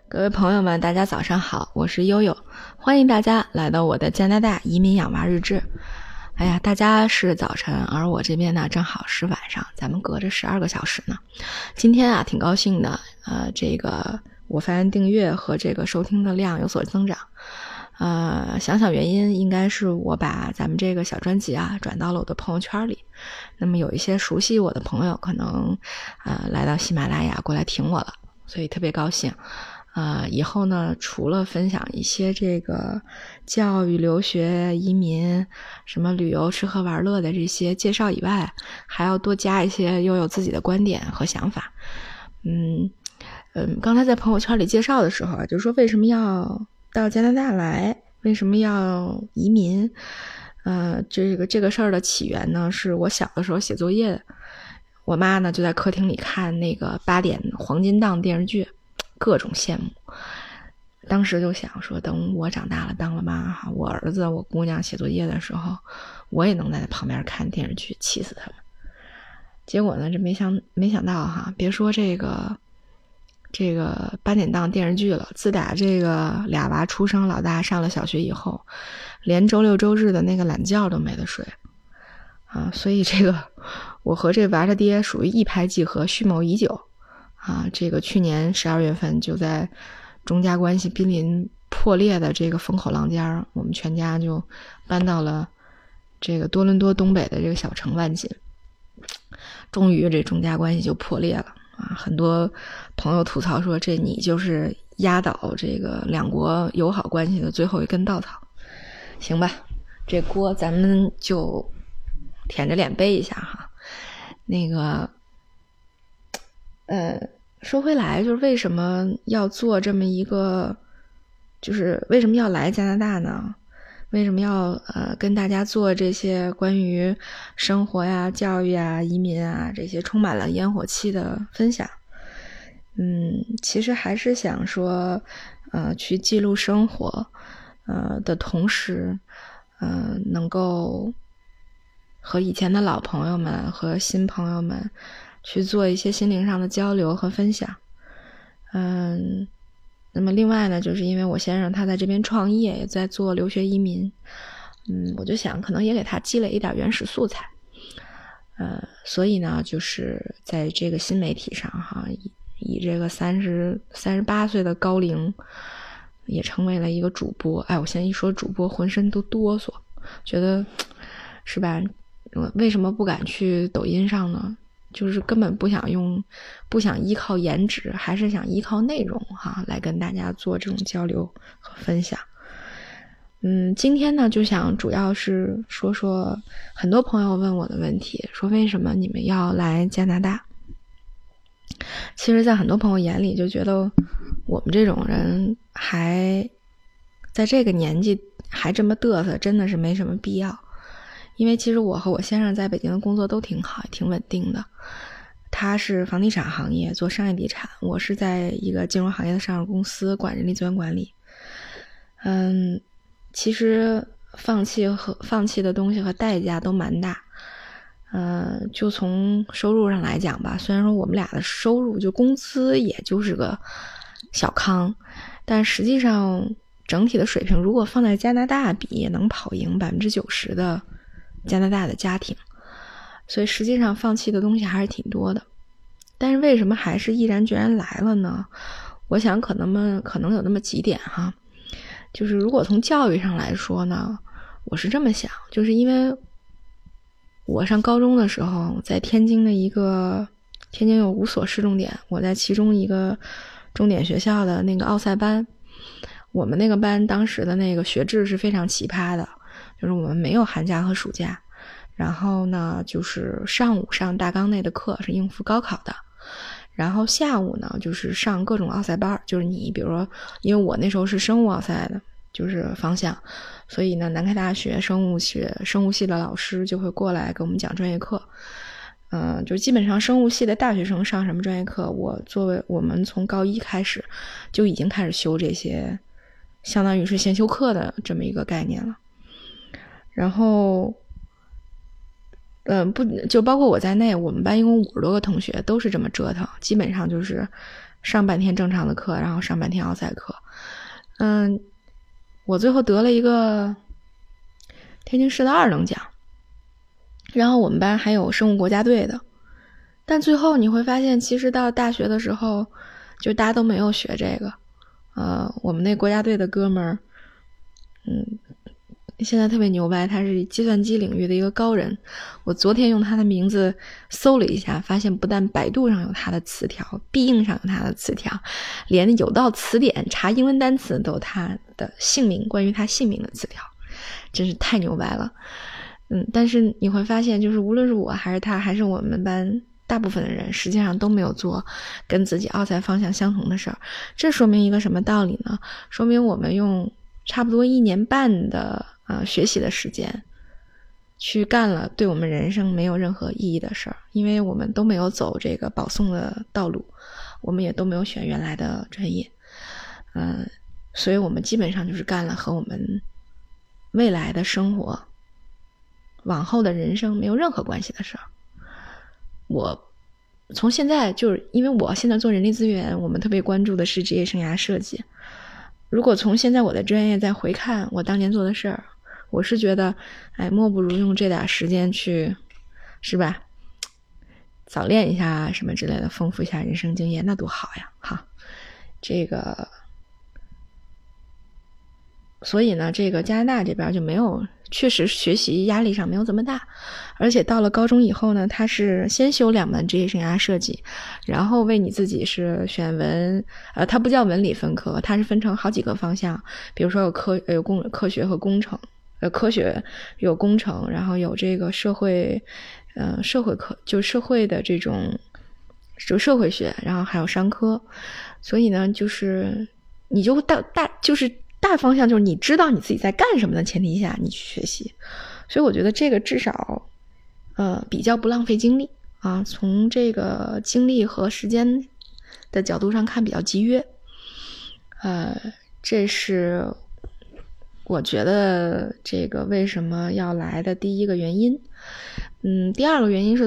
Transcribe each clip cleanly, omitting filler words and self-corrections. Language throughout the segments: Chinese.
各位朋友们，大家早上好，我是悠悠，欢迎大家来到我的加拿大移民养娃日志。哎呀，大家是早晨，而我这边呢正好是晚上，咱们隔着12个小时呢。今天啊，挺高兴的，这个我发现订阅和这个收听的量有所增长。想想原因，应该是我把咱们这个小专辑啊转到了我的朋友圈里。那么有一些熟悉我的朋友，可能来到喜马拉雅过来听我了，所以特别高兴。以后呢，除了分享一些这个教育、留学、移民、什么旅游、吃喝玩乐的这些介绍以外，还要多加一些悠悠自己的观点和想法。刚才在朋友圈里介绍的时候啊，就说为什么要到加拿大来，为什么要移民？这个事儿的起源呢，是我小的时候写作业，我妈呢就在客厅里看那个8点黄金档电视剧。各种羡慕，当时就想说，等我长大了当了妈，我儿子我姑娘写作业的时候，我也能在旁边看电视剧，气死他们。结果呢，这没想到哈，别说这个8点档电视剧了，自打这个俩娃出生，老大上了小学以后，连周六周日的那个懒觉都没得睡所以这个我和这娃他爹属于一拍即合，蓄谋已久。这个去年12月份就在中加关系濒临破裂的这个风口浪尖，我们全家就搬到了这个多伦多东北的这个小城万锦。终于这中加关系就破裂了很多朋友吐槽说，这你就是压倒这个两国友好关系的最后一根稻草。行吧，这锅咱们就舔着脸背一下哈。那个说回来，就是为什么要做这么一个，就是为什么要来加拿大呢？为什么要跟大家做这些关于生活呀、教育啊、移民啊这些充满了烟火气的分享？其实还是想说，去记录生活，的同时，能够和以前的老朋友们和新朋友们去做一些心灵上的交流和分享。那么另外呢，就是因为我先生他在这边创业，也在做留学移民，我就想可能也给他积累一点原始素材。所以呢，就是在这个新媒体上哈，以这个38岁的高龄，也成为了一个主播。我现在一说主播，浑身都哆嗦，觉得是吧？为什么不敢去抖音上呢？就是根本不想依靠颜值，还是想依靠内容来跟大家做这种交流和分享。今天呢，就想主要是说很多朋友问我的问题，说为什么你们要来加拿大？其实在很多朋友眼里就觉得我们这种人还在这个年纪还这么嘚瑟，真的是没什么必要。因为其实我和我先生在北京的工作都挺好，也挺稳定的。他是房地产行业做商业地产，我是在一个金融行业的上市公司管人力资源管理。其实放弃的东西和代价都蛮大。就从收入上来讲吧，虽然说我们俩的收入就工资也就是个小康，但实际上整体的水平如果放在加拿大比，也能跑赢90%的加拿大的家庭，所以实际上放弃的东西还是挺多的。但是为什么还是毅然决然来了呢？我想可能有那么几点哈。就是如果从教育上来说呢，我是这么想，就是因为我上高中的时候在天津有5所市重点，我在其中一个重点学校的那个奥赛班。我们那个班当时的那个学制是非常奇葩的，就是我们没有寒假和暑假，然后呢就是上午上大纲内的课是应付高考的，然后下午呢就是上各种奥赛班，就是你比如说，因为我那时候是生物奥赛的就是方向，所以呢南开大学生物系的老师就会过来给我们讲专业课。就基本上生物系的大学生上什么专业课，我们从高一开始就已经开始修这些相当于是先修课的这么一个概念了。然后不就包括我在内，我们班一共50多个同学都是这么折腾，基本上就是上半天正常的课，然后上半天奥赛课。我最后得了一个天津市的2等奖，然后我们班还有生物国家队的。但最后你会发现，其实到大学的时候，就大家都没有学这个。我们那国家队的哥们儿，现在特别牛掰，他是计算机领域的一个高人。我昨天用他的名字搜了一下，发现不但百度上有他的词条，必应上有他的词条，连有道词典查英文单词都有他的姓名，关于他姓名的词条，真是太牛掰了。但是你会发现，就是无论是我还是他，还是我们班大部分的人，实际上都没有做跟自己奥赛方向相同的事儿。这说明一个什么道理呢？说明我们用差不多1年半的学习的时间去干了对我们人生没有任何意义的事儿，因为我们都没有走这个保送的道路，我们也都没有选原来的专业，所以我们基本上就是干了和我们未来的生活往后的人生没有任何关系的事儿。我从现在就是因为我现在做人力资源，我们特别关注的是职业生涯设计。如果从现在我的专业再回看我当年做的事儿，我是觉得莫不如用这点时间去，是吧，早练一下什么之类的，丰富一下人生经验，那多好呀。哈，这个所以呢，这个加拿大这边就没有，确实学习压力上没有这么大，而且到了高中以后呢，他是先修2门职业生涯设计，然后为你自己是选文，它不叫文理分科，它是分成好几个方向，比如说有科学和工程，科学有工程，然后有这个社会科，就社会的这种就社会学，然后还有商科，所以呢，就是你就大方向就是你知道你自己在干什么的前提下你去学习，所以我觉得这个至少比较不浪费精力啊，从这个精力和时间的角度上看比较节约，这是我觉得这个为什么要来的第一个原因。第二个原因是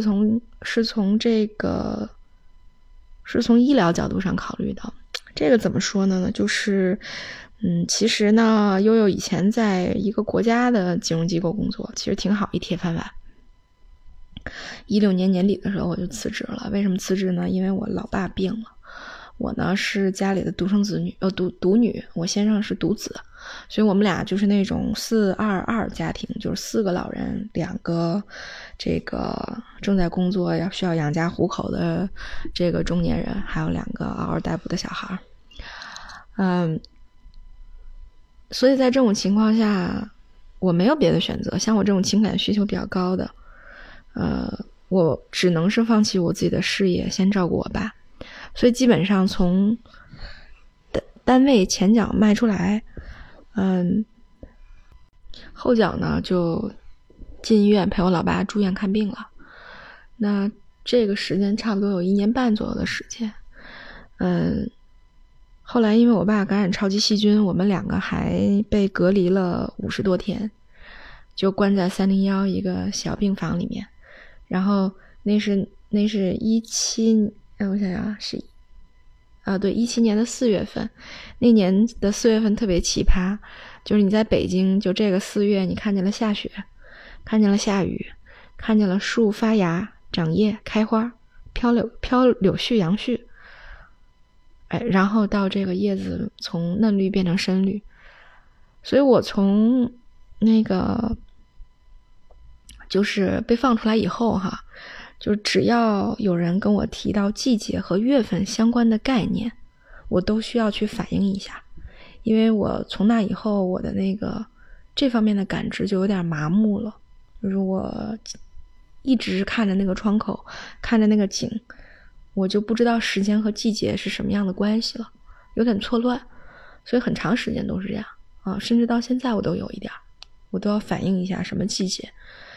从医疗角度上考虑的。这个怎么说呢？就是其实呢，悠悠以前在一个国家的金融机构工作，其实挺好，一铁饭碗。16年年底的时候我就辞职了。为什么辞职呢？因为我老爸病了。我呢是家里的独生子女，独女，我先生是独子，所以我们俩就是那种422家庭，就是4个老人，2个这个正在工作需要养家糊口的这个中年人，还有2个嗷嗷待哺的小孩。所以在这种情况下，我没有别的选择。像我这种情感需求比较高的，我只能是放弃我自己的事业，先照顾我爸。所以基本上从单位前脚迈出来，后脚呢就进医院陪我老爸住院看病了。那这个时间差不多有1年半左右的时间。后来因为我爸感染超级细菌，我们2个还被隔离了50多天，就关在301一个小病房里面。然后那是17，我想想是对，17年的4月份，那年的4月份特别奇葩，就是你在北京，就这个4月，你看见了下雪，看见了下雨，看见了树发芽、长叶、开花、飘柳絮、杨絮，然后到这个叶子从嫩绿变成深绿。所以我从那个就是被放出来以后哈，就只要有人跟我提到季节和月份相关的概念，我都需要去反应一下。因为我从那以后，我的那个这方面的感知就有点麻木了，就是我一直看着那个窗口，看着那个景，我就不知道时间和季节是什么样的关系了，有点错乱。所以很长时间都是这样啊，甚至到现在我都有一点，我都要反应一下什么季节。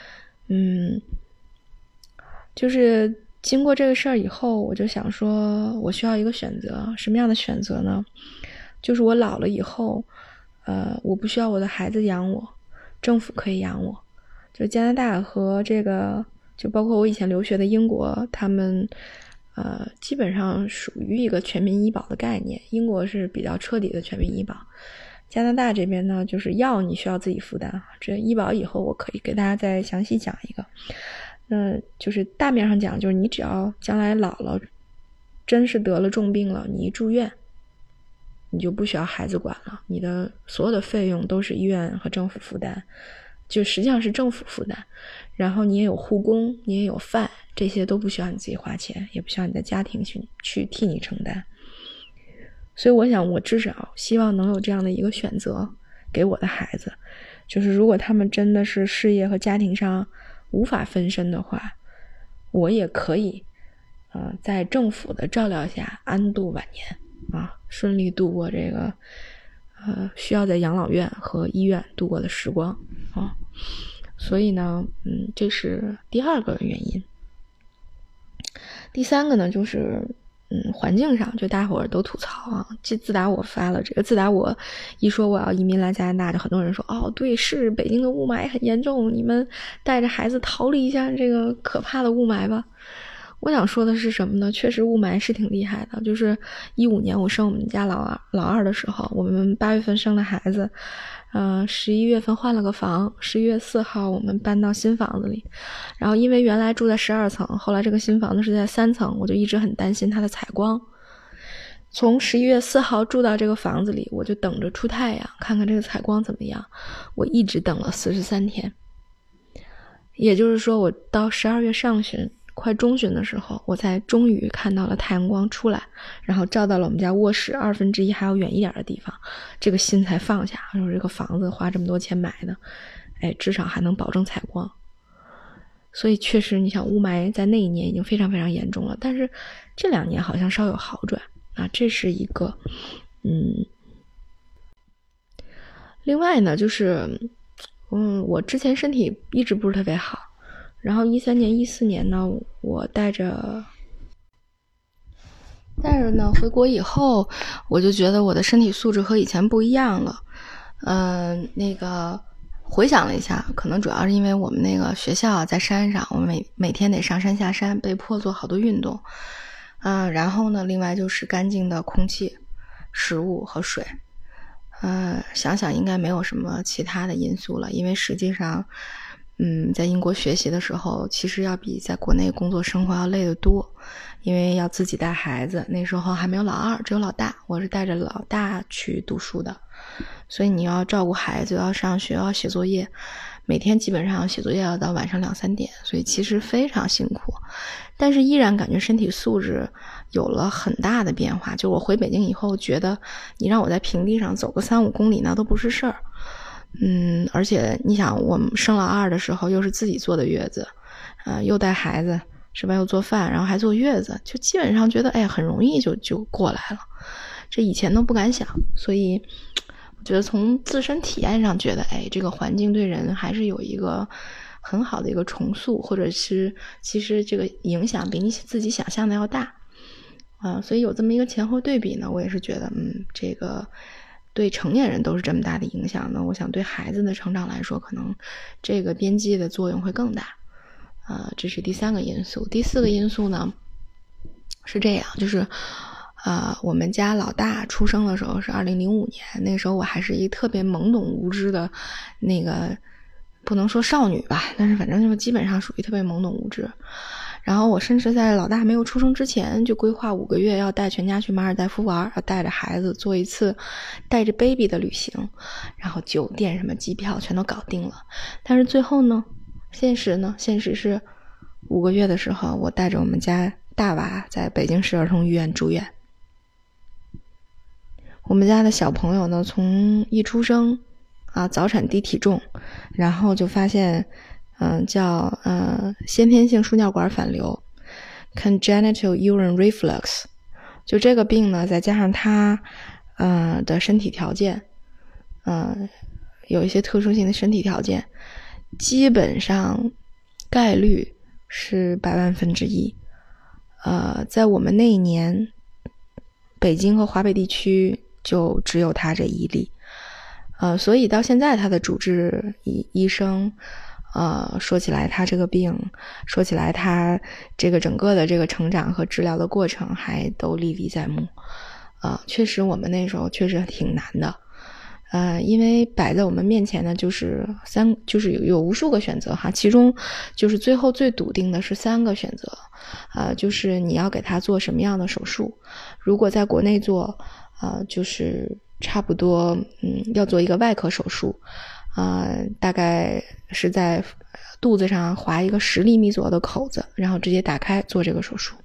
就是经过这个事儿以后，我就想说我需要一个选择。什么样的选择呢？就是我老了以后我不需要我的孩子养我，政府可以养我。就加拿大和这个就包括我以前留学的英国，他们基本上属于一个全民医保的概念，英国是比较彻底的全民医保。加拿大这边呢，就是药你需要自己负担，这医保以后我可以给大家再详细讲一个。那就是大面上讲，就是你只要将来老了，真是得了重病了，你一住院，你就不需要孩子管了，你的所有的费用都是医院和政府负担，就实际上是政府负担。然后你也有护工，你也有饭，这些都不需要你自己花钱，也不需要你的家庭去替你承担。所以我想，我至少希望能有这样的一个选择给我的孩子，就是如果他们真的是事业和家庭上无法分身的话，我也可以在政府的照料下安度晚年顺利度过这个需要在养老院和医院度过的时光所以呢这是第二个原因。第三个呢就是环境上，就大伙儿都吐槽自打我发了这个，自打我一说我要移民来加拿大，就很多人说对，是北京的雾霾很严重，你们带着孩子逃离一下这个可怕的雾霾吧。我想说的是什么呢？确实雾霾是挺厉害的，就是15年我生我们家老二的时候，我们8月份生的孩子11月份换了个房，11月4号我们搬到新房子里，然后因为原来住在12层，后来这个新房子是在3层，我就一直很担心它的采光。从11月4号住到这个房子里，我就等着出太阳，看看这个采光怎么样。我一直等了43天，也就是说我到12月上旬快中旬的时候，我才终于看到了太阳光出来，然后照到了我们家卧室1/2还要远一点的地方，这个心才放下。说这个房子花这么多钱买的，至少还能保证采光。所以确实你想雾霾在那一年已经非常非常严重了，但是这2年好像稍有好转这是一个另外呢就是我之前身体一直不是特别好，然后13年14年呢我带着呢回国以后，我就觉得我的身体素质和以前不一样了。那个回想了一下，可能主要是因为我们那个学校在山上，我们每天得上山下山，被迫做好多运动。然后呢，另外就是干净的空气、食物和水。想想应该没有什么其他的因素了，因为实际上在英国学习的时候，其实要比在国内工作生活要累得多，因为要自己带孩子，那时候还没有老二，只有老大，我是带着老大去读书的，所以你要照顾孩子，要上学，要写作业，每天基本上写作业要到晚上2、3点，所以其实非常辛苦，但是依然感觉身体素质有了很大的变化。就我回北京以后，觉得你让我在平地上走个3、5公里那都不是事儿。而且你想，我们生老二的时候又是自己坐的月子，又带孩子是吧，又做饭，然后还坐月子，就基本上觉得很容易就过来了，这以前都不敢想。所以我觉得从自身体验上觉得这个环境对人还是有一个很好的一个重塑，或者是其实这个影响比你自己想象的要大所以有这么一个前后对比呢，我也是觉得这个对成年人都是这么大的影响呢，我想对孩子的成长来说，可能这个边际的作用会更大这是第3个因素。第4个因素呢是这样，就是我们家老大出生的时候是2005年，那个时候我还是一个特别懵懂无知的那个，不能说少女吧，但是反正就基本上属于特别懵懂无知。然后我甚至在老大没有出生之前就规划5个月要带全家去马尔代夫玩，要带着孩子做一次带着 baby 的旅行，然后酒店什么机票全都搞定了。但是最后呢，现实是5个月的时候，我带着我们家大娃在北京市儿童医院住院。我们家的小朋友呢，从一出生早产低体重，然后就发现叫先天性输尿管反流 congenital urine reflux， 就这个病呢，再加上他的身体条件有一些特殊性的身体条件，基本上概率是1/100,000,000在我们那一年北京和华北地区就只有他这一例所以到现在他的主治医生说起来他这个病，说起来他这个整个的这个成长和治疗的过程还都历历在目。确实我们那时候确实挺难的。因为摆在我们面前的就是有无数个选择哈，其中就是最后最笃定的是3个选择。就是你要给他做什么样的手术。如果在国内做，就是差不多要做一个外科手术。大概是在肚子上划一个10厘米左右的口子，然后直接打开做这个手术。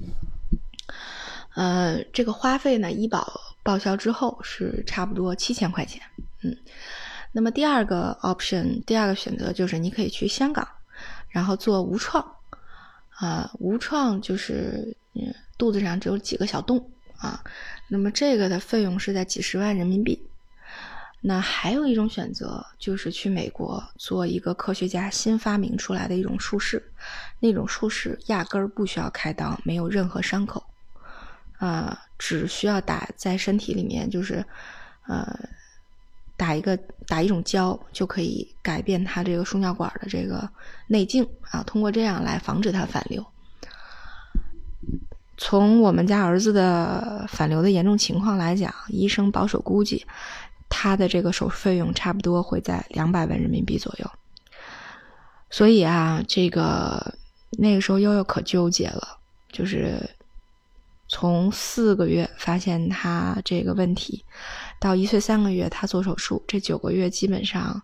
这个花费呢，医保报销之后是差不多7000块钱。那么第二个 option， 第二个选择就是你可以去香港，然后做无创。无创就是肚子上只有几个小洞啊。那么这个的费用是在几十万人民币。那还有一种选择就是去美国做一个科学家新发明出来的一种术式，那种术式压根儿不需要开刀，没有任何伤口，只需要打在身体里面，就是打一种胶就可以改变它这个输尿管的这个内径通过这样来防止它反流。从我们家儿子的反流的严重情况来讲，医生保守估计他的这个手术费用差不多会在200万人民币左右。所以这个那个时候悠悠可纠结了，就是从4个月发现他这个问题，到1岁3个月他做手术，这9个月基本上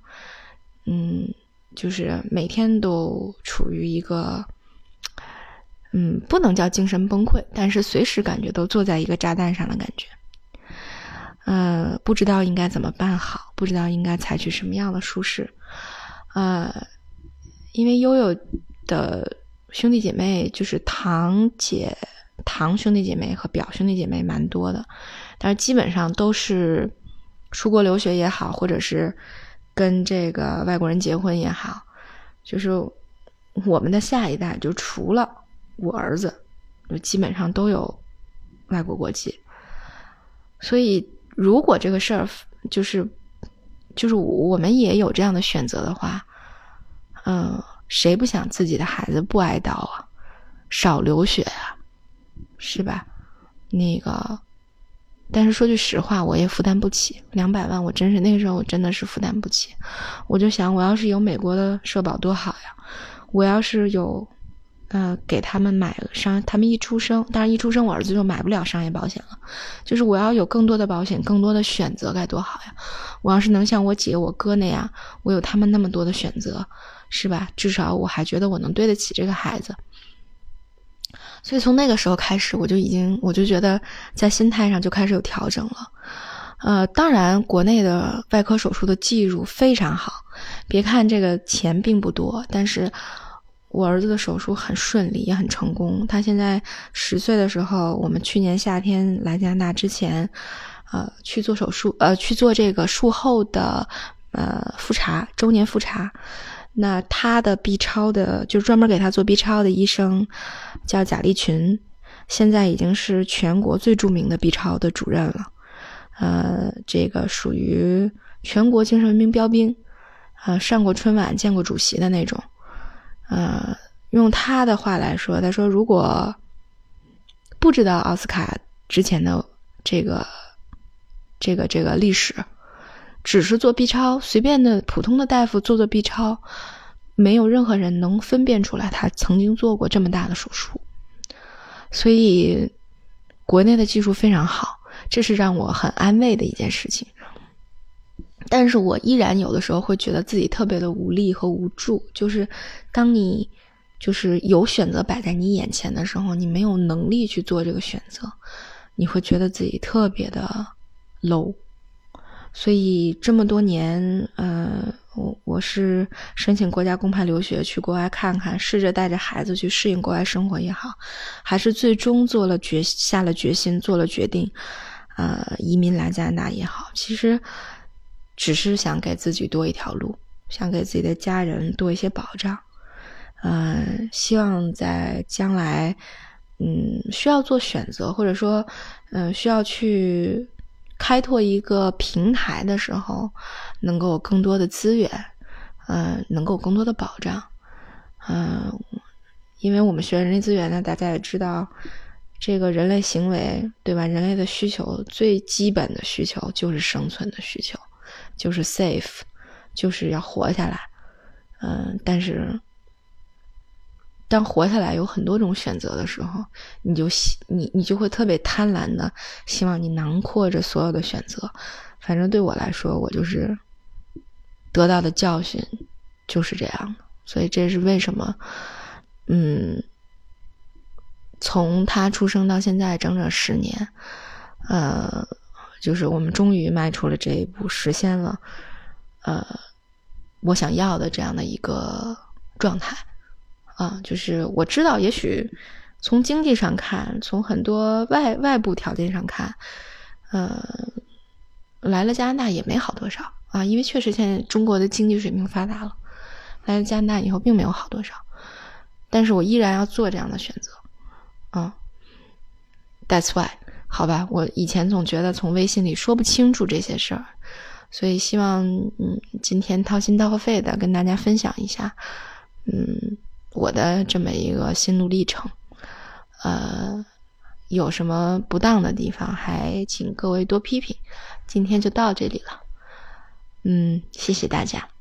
就是每天都处于一个不能叫精神崩溃，但是随时感觉都坐在一个炸弹上的感觉。不知道应该怎么办好，不知道应该采取什么样的术式。因为悠悠的兄弟姐妹就是堂兄弟姐妹和表兄弟姐妹蛮多的，但是基本上都是出国留学也好，或者是跟这个外国人结婚也好，就是我们的下一代就除了我儿子，就基本上都有外国国籍。所以如果这个事儿就是我们也有这样的选择的话，谁不想自己的孩子不挨刀啊，少流血啊，是吧？但是说句实话，我也负担不起200万，那个时候我真的是负担不起。我就想，我要是有美国的社保多好呀！我要是有给他们买他们一出生，当然一出生我儿子就买不了商业保险了，就是我要有更多的保险，更多的选择该多好呀！我要是能像我姐我哥那样，我有他们那么多的选择，是吧？至少我还觉得我能对得起这个孩子。所以从那个时候开始，我就觉得在心态上就开始有调整了。当然国内的外科手术的技术非常好，别看这个钱并不多，但是我儿子的手术很顺利，也很成功。他现在10岁的时候，我们去年夏天来加拿大之前，去做手术，去做这个术后的复查，周年复查。那他的 B 超的，就专门给他做 B 超的医生叫贾立群，现在已经是全国最著名的 B 超的主任了。这个属于全国精神文明标兵，上过春晚见过主席的那种。用他的话来说，他说如果不知道奥斯卡之前的这个历史，只是做 B 超，随便的普通的大夫做 B 超，没有任何人能分辨出来他曾经做过这么大的手术。所以国内的技术非常好，这是让我很安慰的一件事情。但是我依然有的时候会觉得自己特别的无力和无助，就是当你就是有选择摆在你眼前的时候，你没有能力去做这个选择，你会觉得自己特别的 low。所以这么多年，我是申请国家公派留学去国外看看，试着带着孩子去适应国外生活也好，还是最终下了决心做了决定，移民来加拿大也好，其实只是想给自己多一条路，想给自己的家人多一些保障。希望在将来需要做选择，或者说需要去开拓一个平台的时候，能够有更多的资源， 能够更多的保障。因为我们学人类资源呢，大家也知道这个人类行为，对吧？人类的需求最基本的需求就是生存的需求，就是 safe， 就是要活下来。但是当活下来有很多种选择的时候，你就会特别贪婪的希望你囊括着所有的选择。反正对我来说，我就是得到的教训就是这样的。所以这是为什么从他出生到现在整整10年，就是我们终于迈出了这一步，实现了我想要的这样的一个状态。就是我知道也许从经济上看，从很多外部条件上看，来了加拿大也没好多少因为确实现在中国的经济水平发达了，来了加拿大以后并没有好多少，但是我依然要做这样的选择。That's why， 好吧，我以前总觉得从微信里说不清楚这些事儿，所以希望今天掏心掏肺的跟大家分享一下我的这么一个心路历程。有什么不当的地方还请各位多批评。今天就到这里了，谢谢大家。